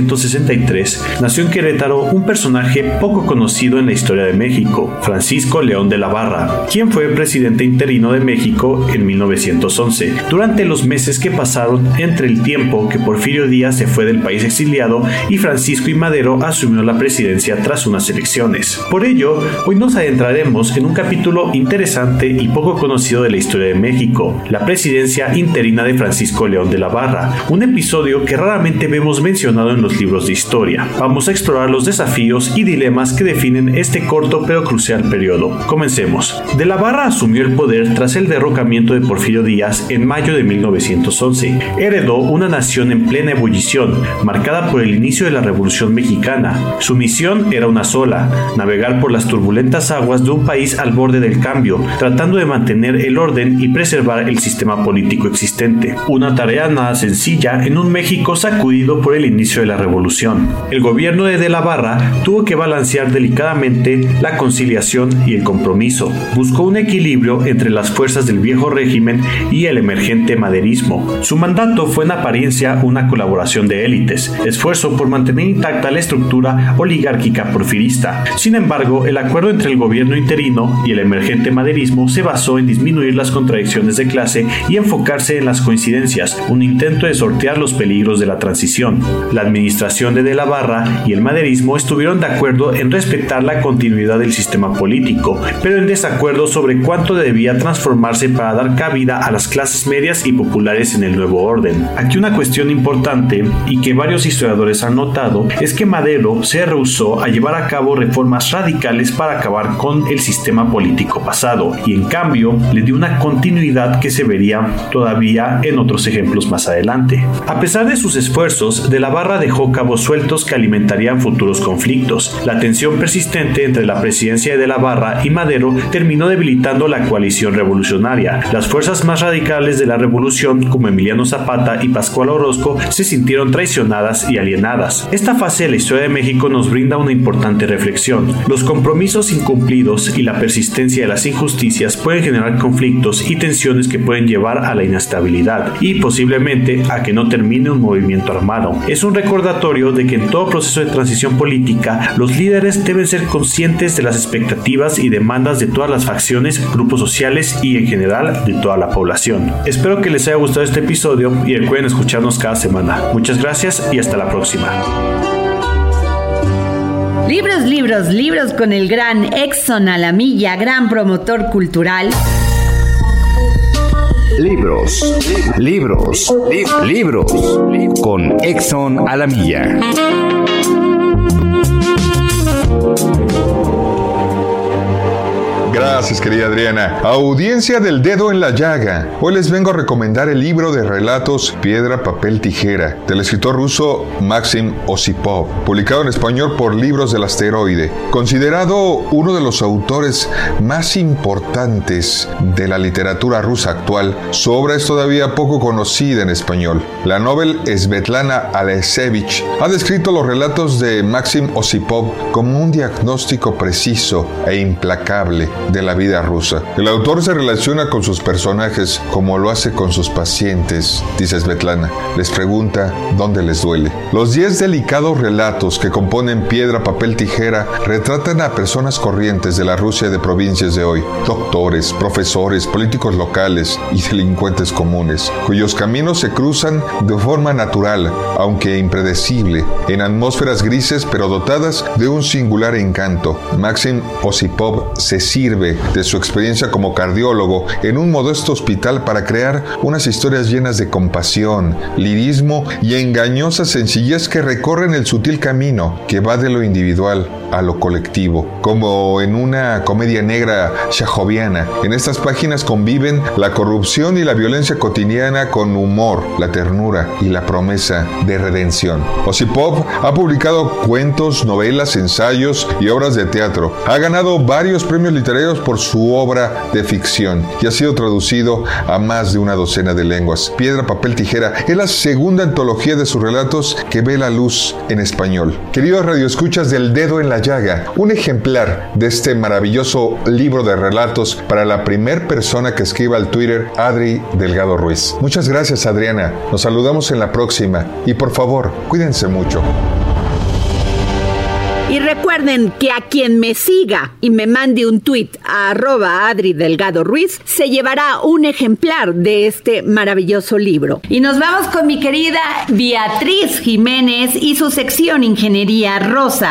1863, nació en Querétaro un personaje poco conocido en la historia de México, Francisco León de la Barra, quien fue presidente interino de México en 1911, durante los meses que pasaron entre el tiempo que Porfirio Díaz se fue del país exiliado y Francisco I. Madero asumió la presidencia tras unas elecciones. Por ello, hoy nos adentraremos en un capítulo interesante y poco conocido de la historia de México, la presidencia interina de Francisco León de la Barra, un episodio que raramente vemos mencionado en los libros de historia. Vamos a explorar los desafíos y dilemas que definen este corto pero crucial periodo. Comencemos. De la Barra asumió el poder tras el derrocamiento de Porfirio Díaz en mayo de 1911. Heredó una nación en plena ebullición, marcada por el inicio de la Revolución Mexicana. Su misión era una sola: navegar por las turbulentas aguas de un país al borde del cambio, tratando de mantener el orden y preservar el sistema político existente. Una tarea nada sencilla en un México sacudido por el inicio de la revolución. El gobierno de la Barra tuvo que balancear delicadamente la conciliación y el compromiso. Buscó un equilibrio entre las fuerzas del viejo régimen y el emergente maderismo. Su mandato fue en apariencia una colaboración de élites, esfuerzo por mantener intacta la estructura oligárquica porfirista. Sin embargo, el acuerdo entre el gobierno interino y el emergente maderismo se basó en disminuir las contradicciones de clase y enfocarse en las coincidencias, un intento de sortear los peligros de la transición. La administración de la Barra y el maderismo estuvieron de acuerdo en respetar la continuidad del sistema político, pero en desacuerdo sobre cuánto debía transformarse para dar cabida a las clases medias y populares en el nuevo orden. Aquí una cuestión importante, y que varios historiadores han notado, es que Madero se rehusó a llevar a cabo reformas radicales para acabar con el sistema político pasado, y en cambio le dio una continuidad que se vería todavía en otros ejemplos más adelante. A pesar de sus esfuerzos, de la Barra dejó cabos sueltos que alimentarían futuros conflictos. La tensión persistente entre la presidencia de la Barra y Madero terminó debilitando la coalición revolucionaria. Las fuerzas más radicales de la revolución, como Emiliano Zapata y Pascual Orozco, se sintieron traicionadas y alienadas. Esta fase de la historia de México nos brinda una importante reflexión. Los compromisos incumplidos y la persistencia de las injusticias pueden generar conflictos y tensiones que pueden llevar a la inestabilidad y posiblemente a que no termine un movimiento armado. Es un recordatorio de que en todo proceso de transición política, los líderes deben ser conscientes de las expectativas y demandas de todas las facciones, grupos sociales y en general de toda la población. Espero que les haya gustado este episodio y recuerden escucharnos cada semana. Muchas gracias y hasta la próxima. Libros con el gran Exxon Alamilla, gran promotor cultural. Libros con Exxon Alamilla. Gracias, querida Adriana. Audiencia del Dedo en la Llaga. Hoy les vengo a recomendar el libro de relatos Piedra, Papel, Tijera, del escritor ruso Maxim Osipov, publicado en español por Libros del Asteroide. Considerado uno de los autores más importantes de la literatura rusa actual, su obra es todavía poco conocida en español. La novel Svetlana Alexievich ha descrito los relatos de Maxim Osipov como un diagnóstico preciso e implacable de la vida rusa. El autor se relaciona con sus personajes como lo hace con sus pacientes, dice Svetlana. Les pregunta dónde les duele. Los 10 delicados relatos que componen Piedra, Papel, Tijera retratan a personas corrientes de la Rusia de provincias de hoy, doctores, profesores, políticos locales y delincuentes comunes, cuyos caminos se cruzan de forma natural, aunque impredecible, en atmósferas grises pero dotadas de un singular encanto. Maxim Osipov se sirve sirve de su experiencia como cardiólogo en un modesto hospital para crear unas historias llenas de compasión, lirismo y engañosa sencillez que recorren el sutil camino que va de lo individual a lo colectivo, como en una comedia negra chajoviana. En estas páginas conviven la corrupción y la violencia cotidiana con humor, la ternura y la promesa de redención. Osipov ha publicado cuentos, novelas, ensayos y obras de teatro. Ha ganado varios premios literarios por su obra de ficción y ha sido traducido a más de una docena de lenguas. Piedra, papel, tijera es la segunda antología de sus relatos que ve la luz en español. Queridos radioescuchas del Dedo en la Llaga, un ejemplar de este maravilloso libro de relatos para la primer persona que escriba al Twitter, Adri Delgado Ruiz. Muchas gracias, Adriana. Nos saludamos en la próxima y por favor, cuídense mucho. Y recuerden que a quien me siga y me mande un tuit a @Adri Delgado Ruiz se llevará un ejemplar de este maravilloso libro. Y nos vamos con mi querida Beatriz Jiménez y su sección Ingeniería Rosa.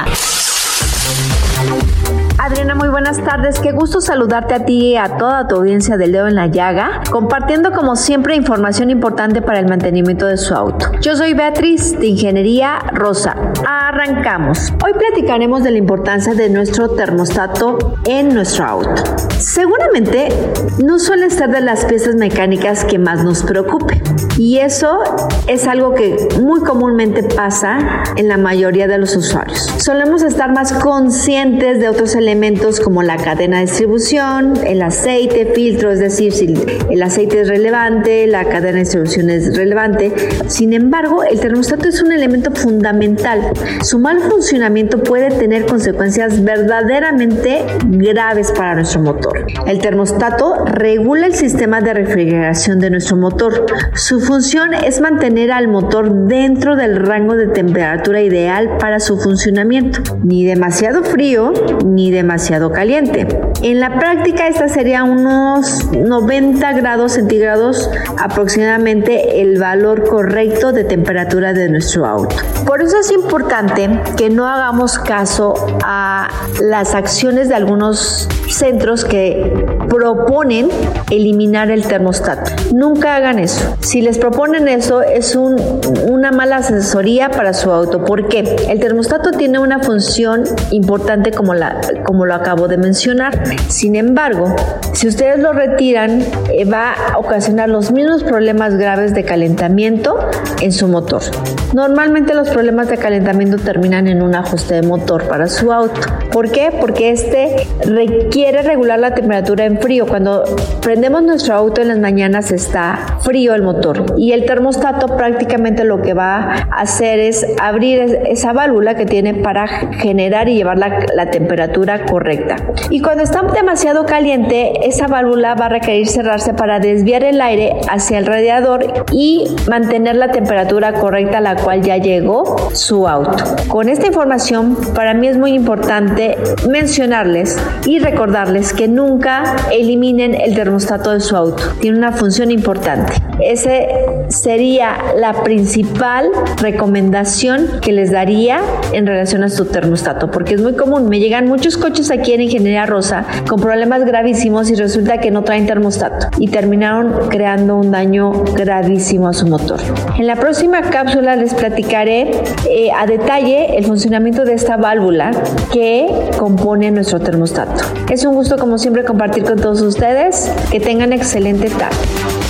Adriana, muy buenas tardes. Qué gusto saludarte a ti y a toda tu audiencia del Dedo en la Llaga, compartiendo como siempre información importante para el mantenimiento de su auto. Yo soy Beatriz de Ingeniería Rosa. Arrancamos. Hoy platicaremos de la importancia de nuestro termostato en nuestro auto. Seguramente no suele ser de las piezas mecánicas que más nos preocupe, y eso es algo que muy comúnmente pasa en la mayoría de los usuarios. Solemos estar más conscientes de otros elementos como la cadena de distribución, el aceite, filtro, es decir, si el aceite es relevante, la cadena de distribución es relevante. Sin embargo, el termostato es un elemento fundamental. Su mal funcionamiento puede tener consecuencias verdaderamente graves para nuestro motor. El termostato regula el sistema de refrigeración de nuestro motor. Su función es mantener al motor dentro del rango de temperatura ideal para su funcionamiento, ni demasiado frío ni demasiado caliente. En la práctica, esta sería unos 90 grados centígrados aproximadamente el valor correcto de temperatura de nuestro auto. Por eso es importante que no hagamos caso a las acciones de algunos centros que proponen eliminar el termostato. Nunca hagan eso. Si les proponen eso, es una mala asesoría para su auto. ¿Por qué? El termostato tiene una función importante como lo acabo de mencionar. Sin embargo, si ustedes lo retiran, va a ocasionar los mismos problemas graves de calentamiento en su motor. Normalmente los problemas de calentamiento terminan en un ajuste de motor para su auto. ¿Por qué? Porque este requiere regular la temperatura en frío. Cuando prendemos nuestro auto en las mañanas está frío el motor, y el termostato prácticamente lo que va a hacer es abrir esa válvula que tiene para generar y llevar la temperatura correcta. Y cuando está demasiado caliente, esa válvula va a requerir cerrarse para desviar el aire hacia el radiador y mantener la temperatura correcta a la cual ya llegó su auto. Con esta información, para mí es muy importante mencionarles y recordarles que nunca eliminen el termostato de su auto. Tiene una función importante. Ese sería la principal recomendación que les daría en relación a su termostato, porque es muy común. Me llegan muchos coches aquí en Ingeniería Rosa con problemas gravísimos y resulta que no traen termostato y terminaron creando un daño gravísimo a su motor. En la próxima cápsula les platicaré a detalle el funcionamiento de esta válvula que compone nuestro termostato. Es un gusto, como siempre, compartir con todos ustedes. Que tengan excelente tarde.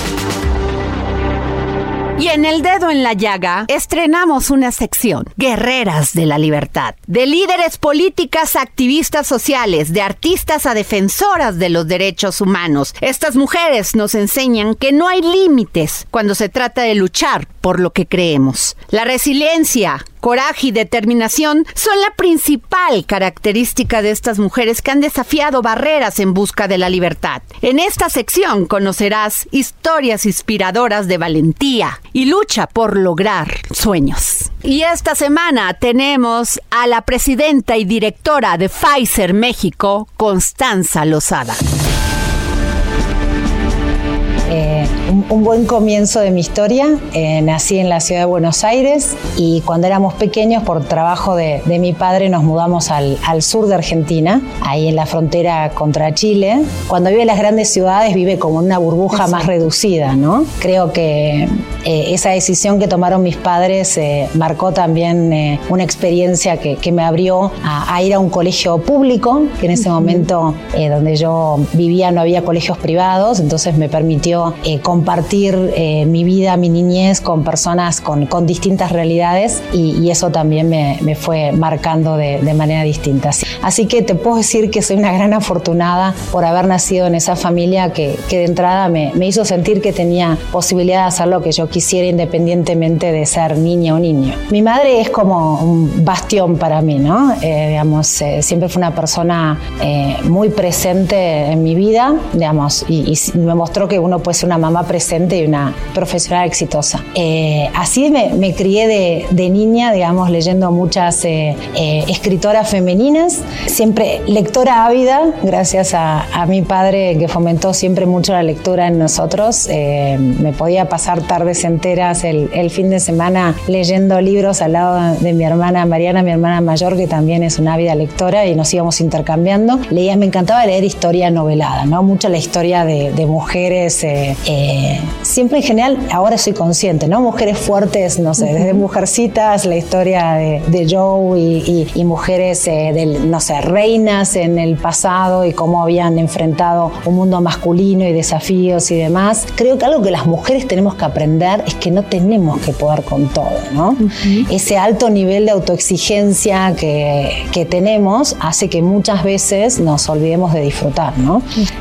Y en El Dedo en la Llaga estrenamos una sección, Guerreras de la Libertad, de líderes políticas a activistas sociales, de artistas a defensoras de los derechos humanos. Estas mujeres nos enseñan que no hay límites cuando se trata de luchar por lo que creemos. La resiliencia, coraje y determinación son la principal característica de estas mujeres que han desafiado barreras en busca de la libertad. En esta sección conocerás historias inspiradoras de valentía y lucha por lograr sueños. Y esta semana tenemos a la presidenta y directora de Pfizer México, Constanza Lozada. un buen comienzo de mi historia. Nací en la ciudad de Buenos Aires y cuando éramos pequeños, por trabajo de mi padre, nos mudamos al sur de Argentina, ahí en la frontera contra Chile. Cuando vive en las grandes ciudades, vive como en una burbuja más reducida, ¿no? Creo que esa decisión que tomaron mis padres marcó también una experiencia que me abrió a ir a un colegio público, que en ese momento donde yo vivía no había colegios privados, entonces me permitió compartir mi vida, mi niñez con personas con distintas realidades y eso también me fue marcando de manera distinta. Así que te puedo decir que soy una gran afortunada por haber nacido en esa familia que de entrada me hizo sentir que tenía posibilidad de hacer lo que yo quisiera independientemente de ser niña o niño. Mi madre es como un bastión para mí, ¿no? Siempre fue una persona muy presente en mi vida, digamos, y me mostró que uno puede ser una mamá presente y una profesional exitosa. Así me crié de niña, digamos, leyendo muchas escritoras femeninas, siempre lectora ávida, gracias a mi padre que fomentó siempre mucho la lectura en nosotros. Me podía pasar tardes enteras el fin de semana leyendo libros al lado de mi hermana Mariana, mi hermana mayor, que también es una ávida lectora, y nos íbamos intercambiando. Me encantaba leer historia novelada, ¿no? Mucho la historia de mujeres, siempre en general, ahora soy consciente, ¿no? Mujeres fuertes, no sé, desde Mujercitas, la historia de Joe y mujeres, no sé, reinas en el pasado y cómo habían enfrentado un mundo masculino y desafíos y demás. Creo que algo que las mujeres tenemos que aprender es que no tenemos que poder con todo, ¿no? Ese alto nivel de autoexigencia que tenemos hace que muchas veces nos olvidemos de disfrutar, ¿no?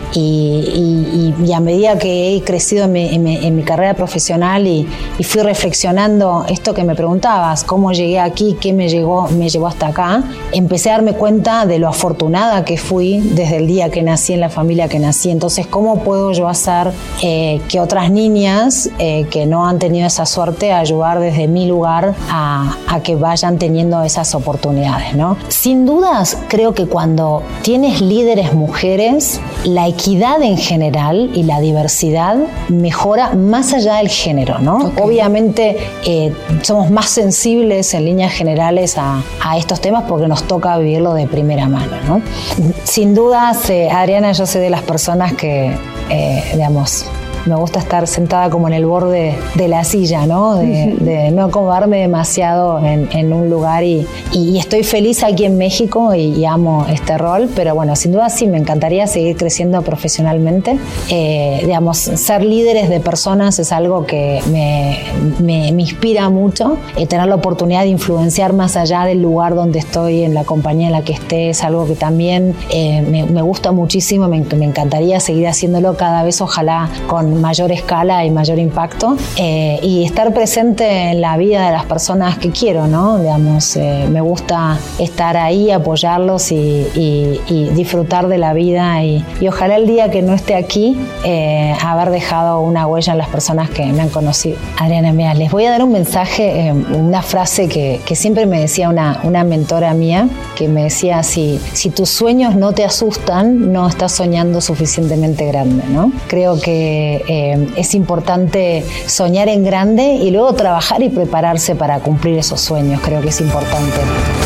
Y a medida que he crecido en mi carrera profesional y fui reflexionando esto que me preguntabas, cómo llegué aquí, qué me llevó hasta acá, empecé a darme cuenta de lo afortunada que fui desde el día que nací en la familia que nací. Entonces, ¿cómo puedo yo hacer que otras niñas que no han tenido esa suerte, ayudar desde mi lugar a que vayan teniendo esas oportunidades, ¿no? Sin dudas, creo que cuando tienes líderes mujeres, la equidad en general y la diversidad mejora más allá del género, ¿no? Okay. Obviamente somos más sensibles en líneas generales a estos temas porque nos toca vivirlo de primera mano, ¿no? Sin dudas, Adriana, yo soy de las personas que, digamos, me gusta estar sentada como en el borde de la silla, ¿no? De no acomodarme demasiado en un lugar y estoy feliz aquí en México y amo este rol, pero bueno, sin duda sí, me encantaría seguir creciendo profesionalmente. Digamos, ser líderes de personas es algo que me inspira mucho. Tener la oportunidad de influenciar más allá del lugar donde estoy, en la compañía en la que esté, es algo que también me gusta muchísimo, me encantaría seguir haciéndolo cada vez, ojalá con mayor escala y mayor impacto, y estar presente en la vida de las personas que quiero, ¿no? Digamos, me gusta estar ahí, apoyarlos y disfrutar de la vida y ojalá el día que no esté aquí haber dejado una huella en las personas que me han conocido. Adriana, mira, les voy a dar un mensaje, una frase que siempre me decía una mentora mía, que me decía, si tus sueños no te asustan, no estás soñando suficientemente grande, ¿no? Creo que es importante soñar en grande y luego trabajar y prepararse para cumplir esos sueños. Creo que es importante.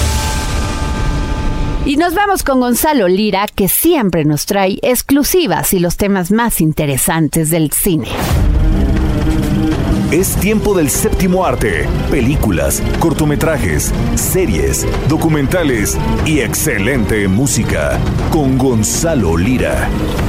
Y nos vamos con Gonzalo Lira, que siempre nos trae exclusivas y los temas más interesantes del cine. Es tiempo del séptimo arte, películas, cortometrajes, series, documentales y excelente música con Gonzalo Lira.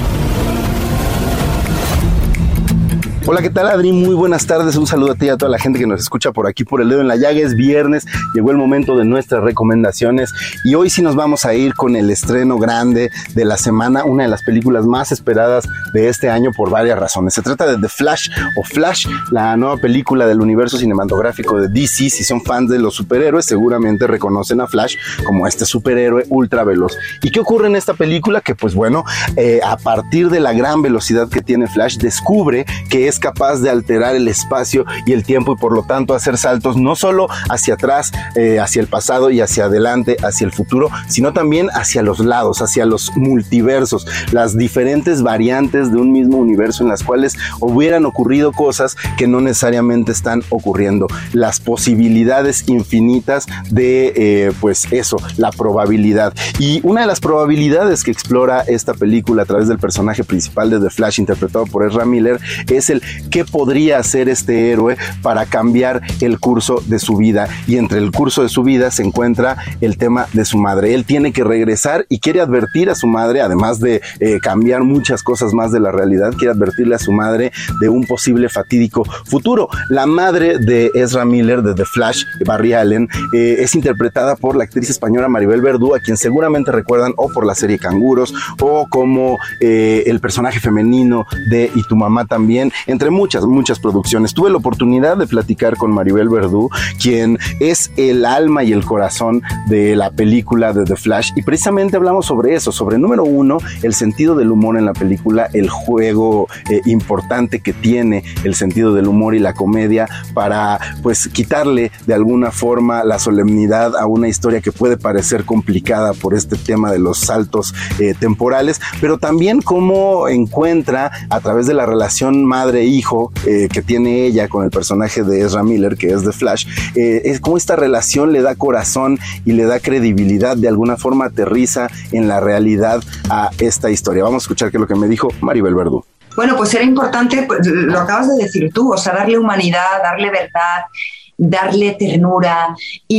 Hola, ¿qué tal, Adri? Muy buenas tardes, un saludo a ti y a toda la gente que nos escucha por aquí por El Dedo en la Llaga. Es viernes, llegó el momento de nuestras recomendaciones y hoy sí nos vamos a ir con el estreno grande de la semana, una de las películas más esperadas de este año por varias razones. Se trata de The Flash o Flash, la nueva película del universo cinematográfico de DC. Si son fans de los superhéroes, seguramente reconocen a Flash como este superhéroe ultra veloz. ¿Y qué ocurre en esta película? Que pues bueno, a partir de la gran velocidad que tiene Flash, descubre que es capaz de alterar el espacio y el tiempo y por lo tanto hacer saltos no solo hacia atrás, hacia el pasado y hacia adelante, hacia el futuro, sino también hacia los lados, hacia los multiversos, las diferentes variantes de un mismo universo en las cuales hubieran ocurrido cosas que no necesariamente están ocurriendo, las posibilidades infinitas de pues eso, la probabilidad. Y una de las probabilidades que explora esta película a través del personaje principal de The Flash, interpretado por Ezra Miller, es el qué podría hacer este héroe para cambiar el curso de su vida, y entre el curso de su vida se encuentra el tema de su madre. Él tiene que regresar y quiere advertir a su madre, además de cambiar muchas cosas más de la realidad, quiere advertirle a su madre de un posible fatídico futuro. La madre de Ezra Miller, de The Flash, Barry Allen, es interpretada por la actriz española Maribel Verdú, a quien seguramente recuerdan o por la serie Canguros o como el personaje femenino de Y tu mamá también, entre muchas producciones. Tuve la oportunidad de platicar con Maribel Verdú, quien es el alma y el corazón de la película de The Flash, y precisamente hablamos sobre eso, sobre número uno, el sentido del humor en la película, el juego importante que tiene el sentido del humor y la comedia para pues quitarle de alguna forma la solemnidad a una historia que puede parecer complicada por este tema de los saltos temporales, pero también cómo encuentra a través de la relación madre-hijo que tiene ella con el personaje de Ezra Miller, que es The Flash, es como esta relación le da corazón y le da credibilidad, de alguna forma aterriza en la realidad a esta historia. Vamos a escuchar qué es lo que me dijo Maribel Verdú. Bueno, pues era importante, pues, lo acabas de decir tú, o sea, darle humanidad, darle verdad, darle ternura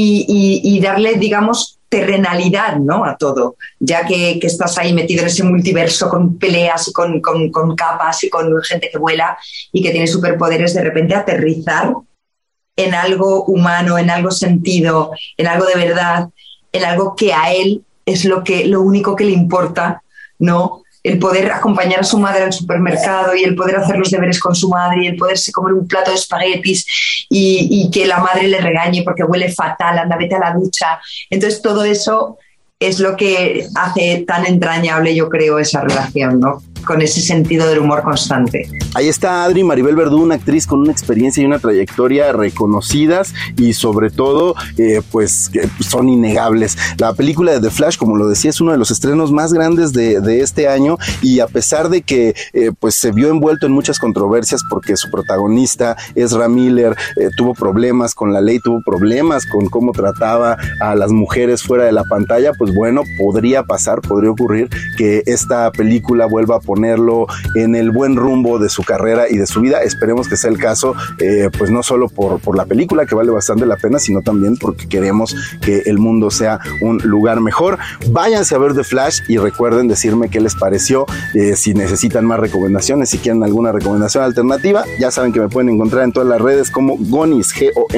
y darle, digamos, terrenalidad, ¿no?, a todo, ya que estás ahí metido en ese multiverso con peleas y con capas y con gente que vuela y que tiene superpoderes, de repente aterrizar en algo humano, en algo sentido, en algo de verdad, en algo que a él es lo único que le importa, ¿no? El poder acompañar a su madre al supermercado y el poder hacer los deberes con su madre y el poderse comer un plato de espaguetis y que la madre le regañe porque huele fatal, anda, vete a la ducha. Entonces todo eso es lo que hace tan entrañable, yo creo, esa relación, ¿no?, con ese sentido del humor constante. Ahí está Adri, Maribel Verdú, una actriz con una experiencia y una trayectoria reconocidas y sobre todo pues que son innegables. La película de The Flash, como lo decía, es uno de los estrenos más grandes de este año, y a pesar de que pues se vio envuelto en muchas controversias porque su protagonista, Ezra Miller, tuvo problemas con la ley, tuvo problemas con cómo trataba a las mujeres fuera de la pantalla, pues bueno, podría ocurrir que esta película vuelva a ponerlo en el buen rumbo de su carrera y de su vida. Esperemos que sea el caso, pues no solo por la película, que vale bastante la pena, sino también porque queremos que el mundo sea un lugar mejor. Váyanse a ver The Flash y recuerden decirme qué les pareció, si necesitan más recomendaciones, si quieren alguna recomendación alternativa, ya saben que me pueden encontrar en todas las redes como Gonyz,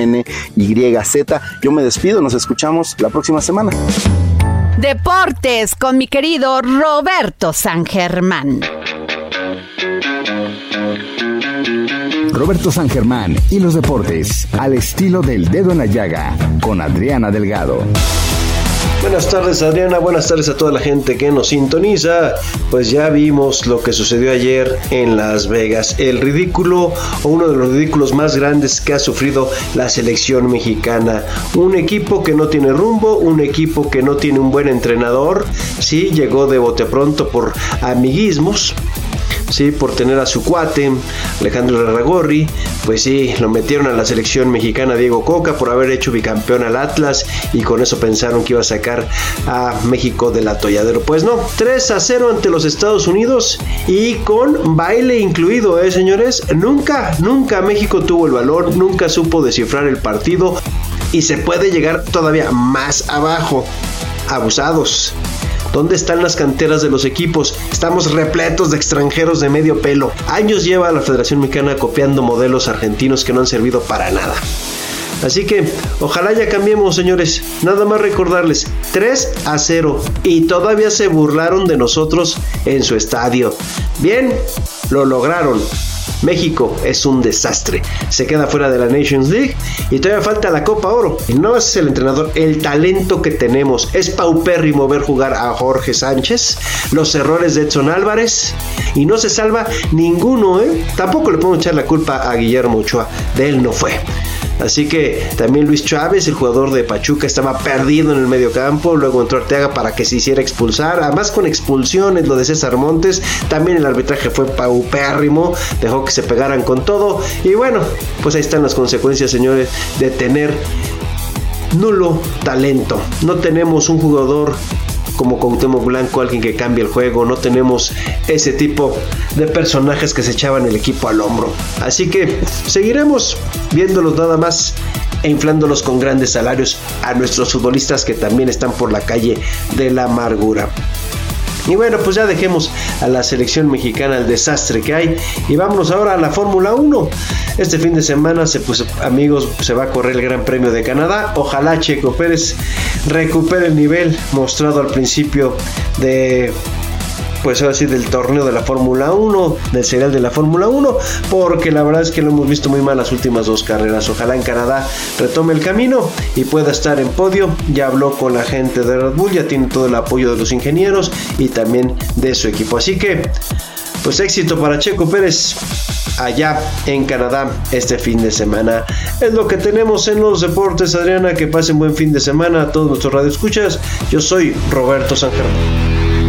Gonyz. Yo me despido, nos escuchamos la próxima semana. Deportes con mi querido Roberto San Germán. Roberto San Germán y los deportes al estilo del Dedo en la Llaga con Adriana Delgado. Buenas tardes, Adriana, buenas tardes a toda la gente que nos sintoniza. Pues ya vimos lo que sucedió ayer en Las Vegas, el ridículo o uno de los ridículos más grandes que ha sufrido la selección mexicana. Un equipo que no tiene rumbo, un equipo que no tiene un buen entrenador, sí, llegó de bote pronto por amiguismos, sí, por tener a su cuate, Alejandro Larragorri, pues sí, lo metieron a la selección mexicana Diego Coca por haber hecho bicampeón al Atlas y con eso pensaron que iba a sacar a México del atolladero. Pues no, 3-0 ante los Estados Unidos y con baile incluido, señores. Nunca México tuvo el valor, nunca supo descifrar el partido y se puede llegar todavía más abajo. Abusados. ¿Dónde están las canteras de los equipos? Estamos repletos de extranjeros de medio pelo. Años lleva la Federación Mexicana copiando modelos argentinos que no han servido para nada. Así que ojalá ya cambiemos, señores. Nada más recordarles, 3-0 y todavía se burlaron de nosotros en su estadio. Bien, lo lograron. México es un desastre. Se queda fuera de la Nations League y todavía falta la Copa Oro. Y no es el entrenador, el talento que tenemos. Es paupérrimo ver jugar a Jorge Sánchez, los errores de Edson Álvarez, y no se salva ninguno, ¿eh? Tampoco le puedo echar la culpa a Guillermo Ochoa, de él no fue. Así que también Luis Chávez, el jugador de Pachuca, estaba perdido en el mediocampo. Luego entró Arteaga para que se hiciera expulsar. Además, con expulsiones, lo de César Montes. También el arbitraje fue paupérrimo. Dejó que se pegaran con todo. Y bueno, pues ahí están las consecuencias, señores, de tener nulo talento. No tenemos un jugador como Cuauhtémoc Blanco, alguien que cambie el juego. No tenemos ese tipo de personajes que se echaban el equipo al hombro. Así que seguiremos viéndolos nada más e inflándolos con grandes salarios a nuestros futbolistas que también están por la calle de la amargura. Y bueno, pues ya dejemos a la selección mexicana el desastre que hay y vámonos ahora a la Fórmula 1. Este fin de semana, amigos, se va a correr el Gran Premio de Canadá. Ojalá Checo Pérez recupere el nivel mostrado al principio de, pues ahora sí, del torneo de la Fórmula 1, del serial de la Fórmula 1, porque la verdad es que lo hemos visto muy mal las últimas dos carreras. Ojalá en Canadá retome el camino y pueda estar en podio. Ya habló con la gente de Red Bull, ya tiene todo el apoyo de los ingenieros y también de su equipo. Así que, pues éxito para Checo Pérez allá en Canadá este fin de semana. Es lo que tenemos en los deportes, Adriana. Que pasen buen fin de semana a todos nuestros radioescuchas. Yo soy Roberto San Germán.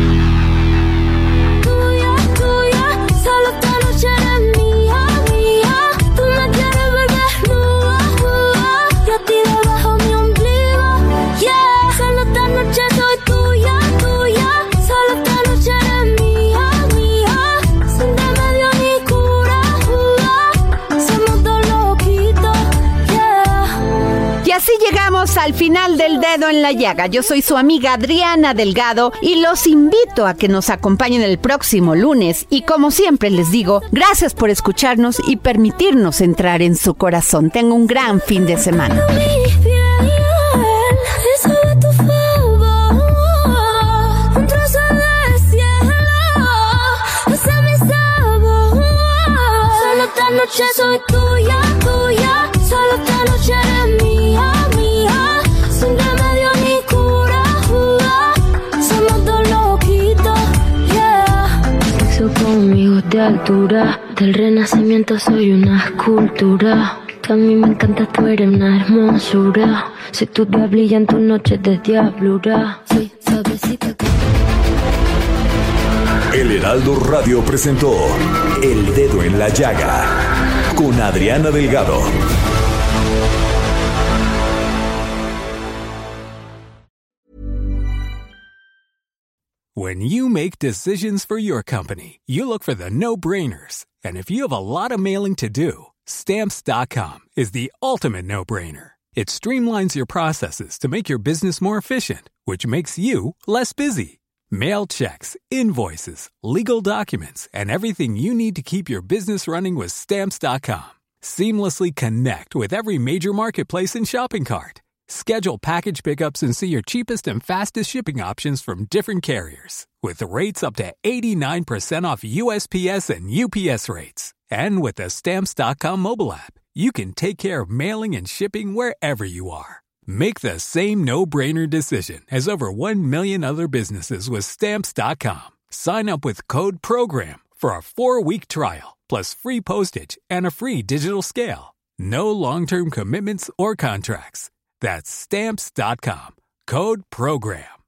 Llegamos al final del Dedo en la Llaga. Yo soy su amiga Adriana Delgado y los invito a que nos acompañen el próximo lunes. Y como siempre les digo, gracias por escucharnos y permitirnos entrar en su corazón. Tenga un gran fin de semana. Solo esta noche soy tuya, tuya. Solo esta noche eres mía. Sin remedio ni cura, somos dos loquitos, yeah. Sexo conmigo de altura, del renacimiento soy una escultura. Que a mí me encanta, tú eres una hermosura. Soy tu diablilla en tus noches de diablura. Soy suavecita que... El Heraldo Radio presentó El Dedo en la Llaga con Adriana Delgado. When you make decisions for your company, you look for the no-brainers. And if you have a lot of mailing to do, Stamps.com is the ultimate no-brainer. It streamlines your processes to make your business more efficient, which makes you less busy. Mail checks, invoices, legal documents, and everything you need to keep your business running with Stamps.com. Seamlessly connect with every major marketplace and shopping cart. Schedule package pickups and see your cheapest and fastest shipping options from different carriers, with rates up to 89% off USPS and UPS rates. And with the Stamps.com mobile app, you can take care of mailing and shipping wherever you are. Make the same no-brainer decision as over 1 million other businesses with Stamps.com. Sign up with code PROGRAM for a 4-week trial, plus free postage and a free digital scale. No long-term commitments or contracts. That's Stamps.com. Code PROGRAM.